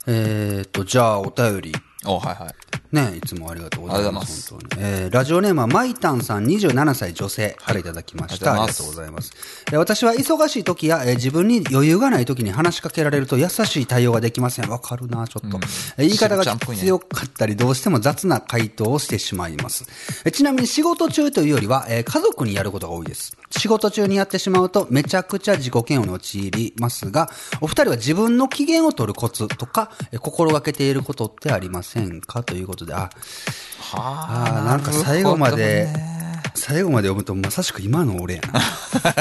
じゃあお便り。 はいはい。 ね、いつもありがとうございます。 ありがとう本当に。ラジオネームはマイタンさん27歳女性からいただきました。ありがとうございます。私は忙しい時や、自分に余裕がない時に話しかけられると優しい対応ができません。わかるな、ちょっと。言い方が強かったり、どうしても雑な回答をしてしまいます。ちなみに仕事中というよりは、家族にやることが多いです。仕事中にやってしまうとめちゃくちゃ自己嫌悪に陥りますが、お二人は自分の機嫌を取るコツとか、心がけていることってありませんかということで、なんか最後まで読むとまさしく今の俺やな。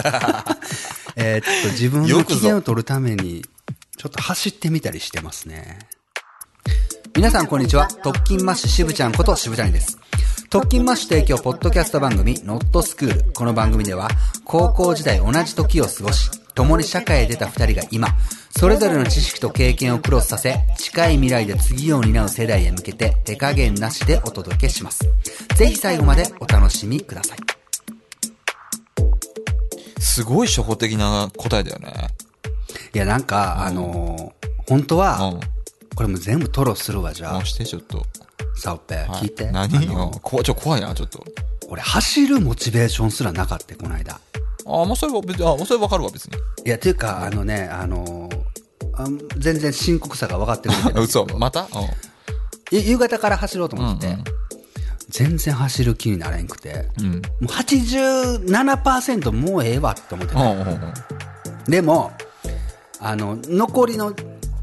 自分の機嫌を取るためにちょっと走ってみたりしてますね。皆さんこんにちは。特勤マッシュ渋ちゃんこと渋谷です。特勤マッシュ提供ポッドキャスト番組ノットスクール。この番組では高校時代同じ時を過ごし、共に社会へ出た二人が今それぞれの知識と経験をクロスさせ、近い未来で次を担う世代へ向けて手加減なしでお届けします。ぜひ最後までお楽しみください。 すごい初歩的な答えだよね。いやなんか、本当は、これも全部トロするわ。じゃあしてちょっとサオペ、聞いて。 何怖いなちょっと。 俺走るモチベーションすらなかった、この間。 それは別に、それわかるわ別に。 いやっていうか全然深刻さが分かってくれてる。 嘘、また？ 夕方から走ろうと思って、全然走る気になれんくて、もう 87% もうええわって思ってた。でも残りの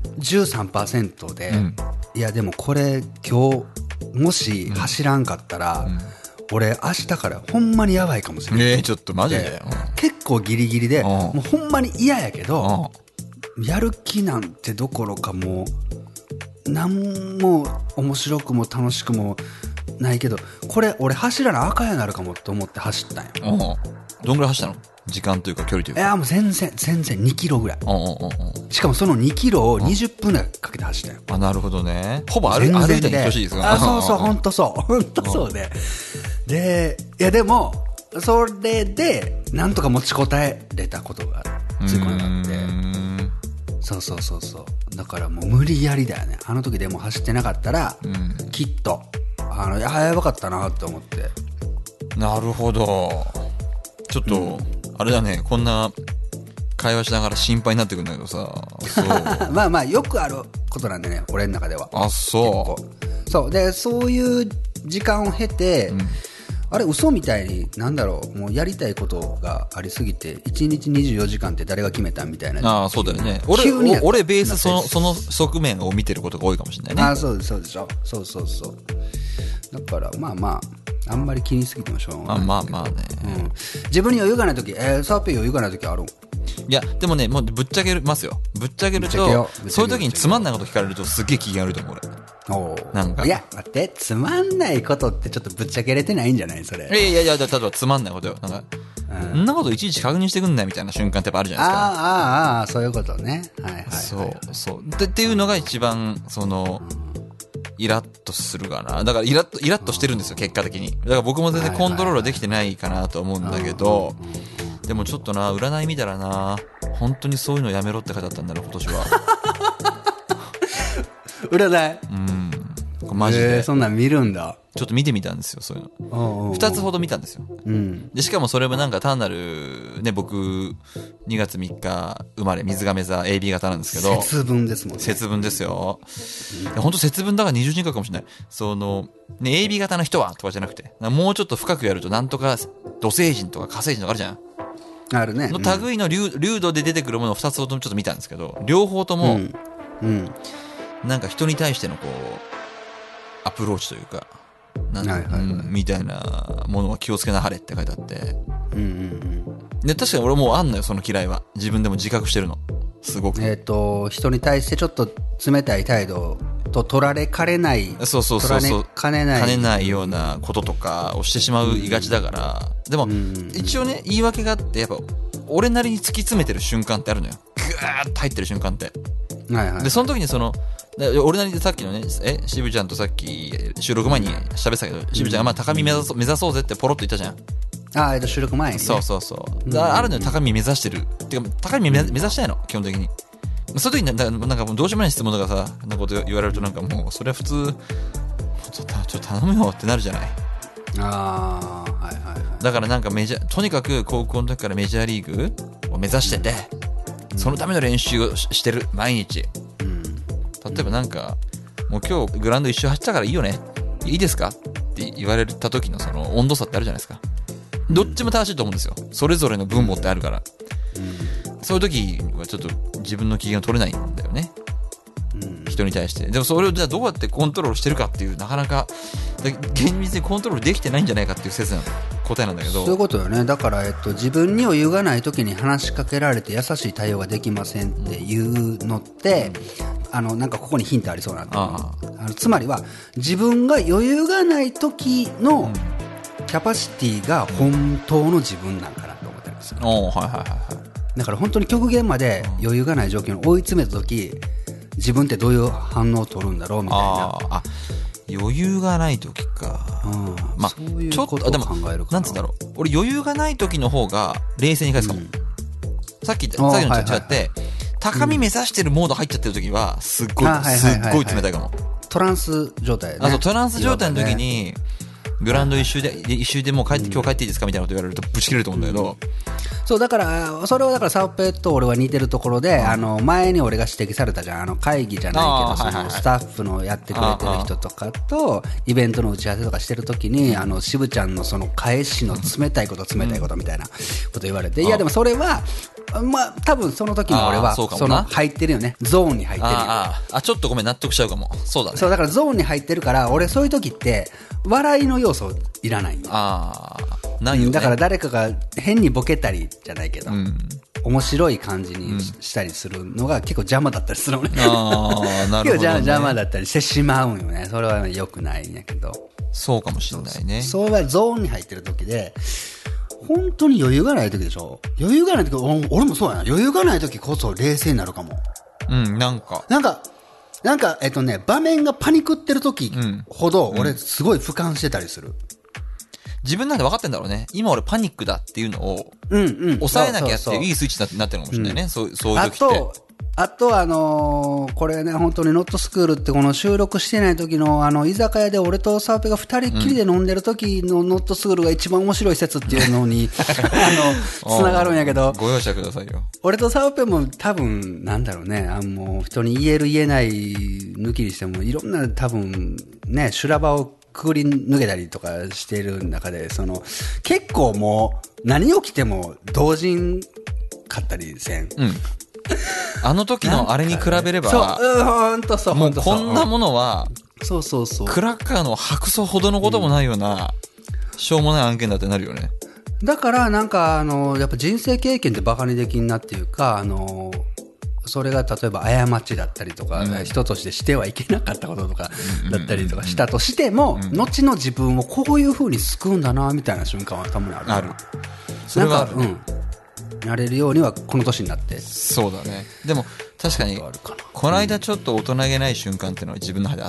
13% で、いやでもこれ今日もし走らんかったら、俺明日からほんまにやばいかもしれない。 ちょっとマジで。 結構ギリギリで、もうほんまに嫌やけど、やる気なんてどころかもうなんも面白くも楽しくもないけど、これ俺走らなあかんやなるかもと思って走ったんよ。 どんぐらい走ったの？時間というか距離というか。 いやもう全然2キロぐらい。しかもその2キロを20分ぐらいかけて走ったよ。 なるほどね。ほぼ歩いたに等しいですが。 そう本当そうで、いやでもそれでなんとか持ちこたえれたことがついこの間あって、そうだからもう無理やりだよね。あの時でも走ってなかったら、きっとやばかったなって思って。 なるほど。ちょっと、あれだね、こんな会話しながら心配になってくるんだけどさ。そうまあよくあることなんでね、俺の中では。そうで、そういう時間を経て、あれ嘘みたいにもうやりたいことがありすぎて1日24時間って誰が決めたみたいな。 そうだよね。俺ベースその側面を見てることが多いかもしれないね。 そうでしょ。そうだからまああんまり気にしすぎてもしょうがない。 まあね、 自分に余裕がない時、サーペイ余裕がない時ある？ いやでもね、もうぶっちゃけますよ。ぶっちゃけるとそういう時につまんないこと聞かれるとすっげえ機嫌悪いと思う俺。なんかいや待って、つまんないことってちょっとぶっちゃけれてないんじゃないそれ。 いや例えばつまんないことよ。なんかそんなこといちいち確認してくんないみたいな瞬間ってやっぱあるじゃないですか。 そういうことね。はいそうっていうのが一番イラッとするかな。だからイラッとしてるんですよ、結果的に。だから僕も全然コントロールはできてないかなと思うんだけど、でもちょっとな、占い見たらな、本当にそういうのやめろって書いてあったんだろ、今年は。 占い？ マジで。 そんなん見るんだ。 ちょっと見てみたんですよ、そういうの。2つほど見たんですよ。で、しかもそれもなんか単なる、ね、僕、2月3日生まれ、水亀座 AB 型なんですけど。 節分ですもんね。 節分ですよ。本当節分だから二重人格かもしれない。ね、AB 型の人はとかじゃなくて、もうちょっと深くやるとなんとか土星人とか火星人とかあるじゃん。 あるね。 の類の流度で出てくるものを2つほどちょっと見たんですけど、両方とも、なんか人に対してのアプローチというか、みたいなものは気をつけなはれって書いてあって。で、確かに俺もうあんのよ、その嫌いは。自分でも自覚してるの。すごく。 人に対してちょっと冷たい態度と取られかねない。取られかねないようなこととかをしてしまいがちだから。でも、一応ね、言い訳があって、やっぱ、俺なりに突き詰めてる瞬間ってあるのよ。ぐーっと入ってる瞬間って。で、その時に俺なりでさっきのね、渋ちゃんとさっき収録前に喋ってたけど、渋ちゃんが高み目指そうぜってポロッと言ったじゃん。収録前にね。そう。あるのよ、高み目指してる。てか、高み目指したいの、基本的に。 そういう時になんかもうどうしようもない質問とかさ、なこと言われるとなんかもう、それは普通、ちょっと頼むよってなるじゃない。 ああ、はいはいはい。 だからなんかとにかく高校の時からメジャーリーグを目指してて、そのための練習をしてる、毎日。例えばなんか、もう今日グラウンド一周走ったからいいよね。いいですかって言われた時のその温度差ってあるじゃないですか。どっちも正しいと思うんですよ。それぞれの分母ってあるから。そういう時はちょっと自分の機嫌を取れないんだよね。人に対して。でもそれをじゃあどうやってコントロールしてるかっていう、なかなか厳密にコントロールできてないんじゃないかっていう説の答えなんだけど。 そういうことよね。だから、自分に余裕がない時に話しかけられて優しい対応ができませんっていうのって、なんかここにヒントありそうなんだつまりは、自分が余裕がない時のキャパシティが本当の自分なんかなと思ってるんですよ。だから本当に極限まで余裕がない状況に追い詰めた時、自分ってどういう反応を取るんだろうみたいな。 余裕がない時か。まあ、 そういうことを考えるかな。 なんつうんだろう。俺余裕がない時の方が冷静に返すかも。さっきのと違って、高み目指してるモード入っちゃってる時は、すっごい冷たいかも。 トランス状態ね。 そう、トランス状態の時に、グラウンド一周でもう今日帰っていいですかみたいなこと言われるとブチ切れると思うんだけど。 そう、だから、それはだからサオペと俺は似てるところで、前に俺が指摘されたじゃん。会議じゃないけど、そのスタッフのやってくれてる人とかと、イベントの打ち合わせとかしてるときに、渋ちゃんのその返しの冷たいことみたいなこと言われて、いやでもそれは、まあ、多分その時の俺は、その入ってるよね。ゾーンに入ってるよ。 ちょっとごめん、納得しちゃうかも。そうだね。 そう、だからゾーンに入ってるから、俺そういう時って、笑いの要素いらないんないよね。 だから誰かが変にボケたりじゃないけど、面白い感じにしたりするのが結構邪魔だったりするのね。 なるほど、ね。 邪魔だったりしてしまうんよね。それは良くないんやけど。 そうかもしれないね。 そうはゾーンに入ってる時で、本当に余裕がない時でしょ。余裕がない時、俺もそうやな。余裕がない時こそ冷静になるかも。なんか、場面がパニクってる時ほど、俺すごい俯瞰してたりする。 自分なんで分かってんだろうね。今俺パニックだっていうのを、抑えなきゃっていういいスイッチになってるかもしれないね。そういう時って。 あとこれね、本当にノットスクールってこの収録してない時の居酒屋で俺とサーペが二人っきりで飲んでる時のノットスクールが一番面白い説っていうのに、繋がるんやけど。 ご容赦くださいよ。 俺とサーペも多分、なんだろうね、もう人に言える言えない抜きにしても、いろんな多分、ね、修羅場をくぐり抜けたりとかしてる中で、結構もう、何起きても同人買ったりせん。 あの時のあれに比べれば、 ほんとそう。 もうこんなものは、 そう。 クラッカーの白素ほどのこともないような、しょうもない案件だってなるよね。 だからなんかやっぱ人生経験ってバカにできんなっていうか、それが例えば過ちだったりとか、人としてしてはいけなかったこととかだったりとかしたとしても、後の自分をこういう風に救うんだなみたいな瞬間はたまにある。 それはあるね。 なれるようにはこの年になって。 そうだね。でも確かにこの間ちょっと大人げない瞬間っていうのは自分の中であって。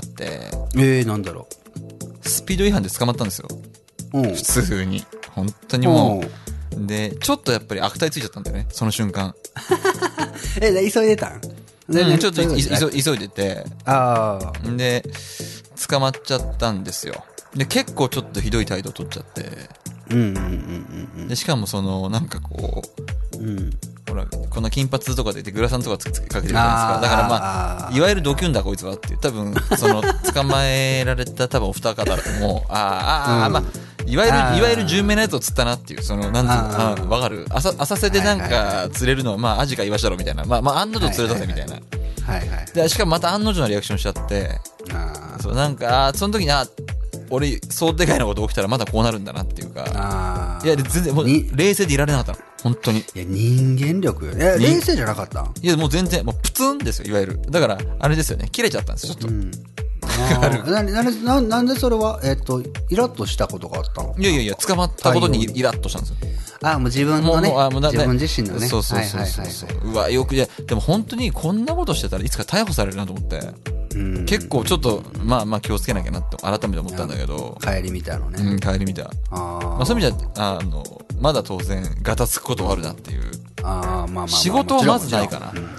なんだろう。スピード違反で捕まったんですよ。普通に。本当にもう。で、ちょっとやっぱり悪態ついちゃったんだよね。その瞬間。 急いでたん？ ちょっと急いでて。で、捕まっちゃったんですよ。で、結構ちょっとひどい態度取っちゃって。で、しかもなんかこう、ほら、この金髪とかでグラサンとかかけてるじゃないですか。だからまあ、いわゆるドキュンだこいつはっていう、多分、捕まえられた多分お二方も、まあ、いわゆる純明なやつを釣ったなっていう、なんていうの、わかる。浅瀬でなんか釣れるのは、まあ、アジかイワシだろみたいな。まあ、案の定釣れたぜみたいな。で、しかもまた案の定のリアクションしちゃって、そう、なんか、その時に、俺、そうでかいなこと起きたらまだこうなるんだなっていうか。いや、全然、もう、冷静でいられなかったの。本当に。いや、人間力よ。冷静じゃなかったん？ いや、もう全然、もうプツンですよ、いわゆる。だから、あれですよね、切れちゃったんですよ、ちょっと。 なんでそれは、イラッとしたことがあったの？ いや、捕まったことにイラッとしたんですよ。 もう自分のね、自分自身のね。 そう。うわ、よく、いや、でも本当にこんなことしてたらいつか逮捕されるなと思って。結構ちょっと、まあ気をつけなきゃなって改めて思ったんだけど。 帰り見たのね。 帰り見た。まあそういう意味じゃ、まだ当然、ガタつくことはあるなっていう。仕事はまずないかな。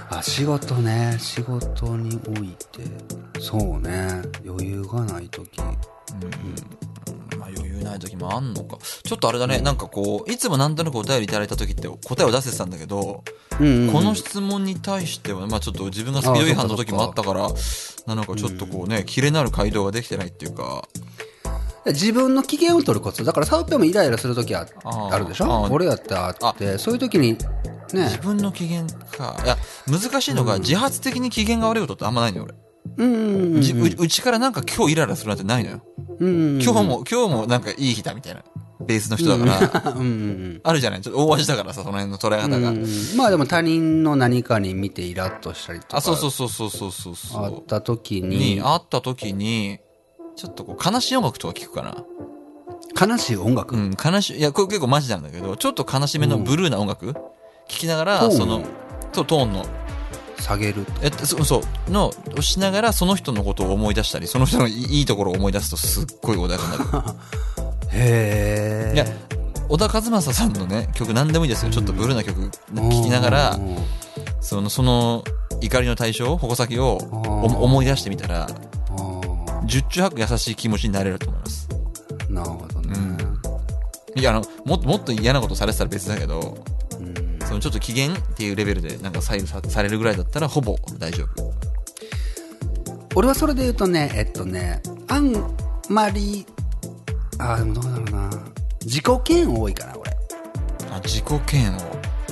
仕事ね。仕事において。そうね。余裕がないとき。 まあ余裕ないときもあんのか。ちょっとあれだね。なんかこう、いつもなんとなくお便りいただいたときって答えを出せてたんだけど、この質問に対しては、まあちょっと自分がスピード違反の時もあったから、なんかちょっとこうね、キレのある回答ができてないっていうか。 自分の機嫌を取るコツ。だからサウペもイライラするときあるでしょ。俺やってあって、そういうときに、ね。 自分の機嫌か。いや、難しいのが、自発的に機嫌が悪いことってあんまないのよ、俺。うちからなんか今日イライラするなんてないのよ。今日もなんかいい日だみたいな。ベースの人だから。あるじゃない。ちょっと大味だからさ、その辺の捉え方が。 まあでも他人の何かに見てイラッとしたりとか。 そう。あった時に、ちょっとこう悲しい音楽とか聞くかな。 悲しい音楽？ 悲しい。いや、これ結構マジなんだけど、ちょっと悲しめのブルーな音楽聞きながら、トーンの。 下げるをしながら、その人のことを思い出したり、その人のいいところを思い出すとすっごい穏やかになる。 へー。 いや、小田和正さんのね、曲何でもいいですよ。ちょっとブルーな曲聴きながら、その怒りの対象、矛先を思い出してみたら、十中八九優しい気持ちになれると思います。 なるほどね。 いや、もっと嫌なことされてたら別だけど、そのちょっと機嫌っていうレベルでなんか左右されるぐらいだったらほぼ大丈夫。 俺はそれで言うとね、あんまり、でもどうだろうな。自己嫌悪多いかな、俺。 自己嫌悪。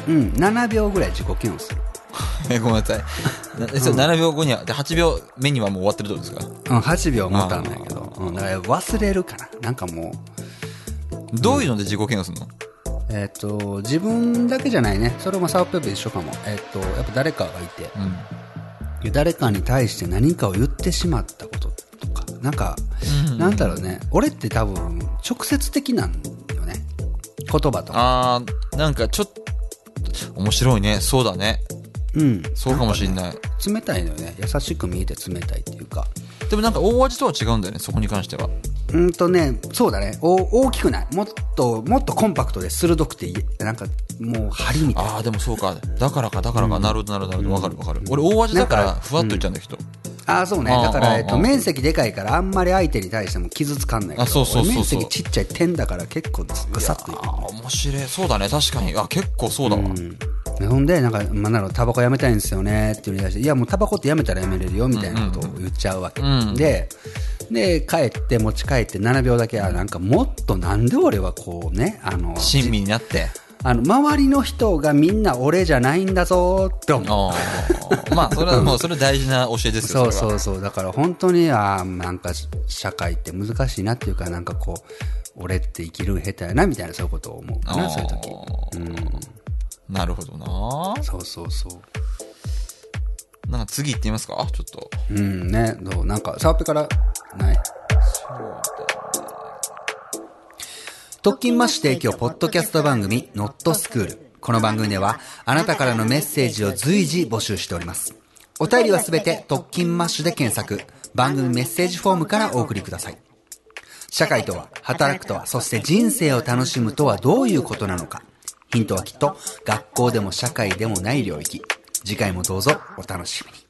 7秒ぐらい自己嫌悪する。 ごめんなさい。7秒後には、で、8秒目にはもう終わってるってことですか ？8秒持ったんだけど。だから忘れるかな。なんかもう。どういうので自己嫌悪するの？ 自分だけじゃないね。それもサウペープ一緒かも。やっぱ誰かがいて、誰かに対して何かを言ってしまったこととか、なんか、なんだろうね。俺って多分、直接的なんよね。言葉とか。 なんかちょっと、面白いね。そうだね。そうかもしんない。 冷たいのよね。優しく見えて冷たいっていうか。 でもなんか大味とは違うんだよね。そこに関しては。 そうだね。大きくない。もっとコンパクトで鋭くて、なんか、もう針みたいな。 でもそうか。だからか。なるほど。わかる。俺大味だから、ふわっといっちゃうんだけど。 そうね。だから、面積でかいから、あんまり相手に対しても傷つかんないけど。 そう。 面積ちっちゃい点だから結構ぐさっといく。 面白い。そうだね。確かに。結構そうだわ。 ほんで、なんか、タバコやめたいんですよねって言い出して、いやもうタバコってやめたらやめれるよみたいなことを言っちゃうわけ。で、持ち帰って7秒だけなんかもっとなんで俺はこうね、 親身になって。 周りの人がみんな俺じゃないんだぞって思う。 まあ、それはもう、それ大事な教えですよ。 そう。だから本当に、なんか社会って難しいなっていうか、なんかこう、俺って生きる下手やなみたいなそういうことを思うかな、そういう時。 なるほどな。 そう。 なんか次行ってみますかちょっと。 ね。なんか、サワペからない？ そうだね。 特勤マッシュ提供ポッドキャスト番組ノットスクール。この番組ではあなたからのメッセージを随時募集しております。お便りはすべて特勤マッシュで検索、番組メッセージフォームからお送りください。社会とは、働くとは、そして人生を楽しむとはどういうことなのか。ヒントはきっと学校でも社会でもない領域。次回もどうぞお楽しみに。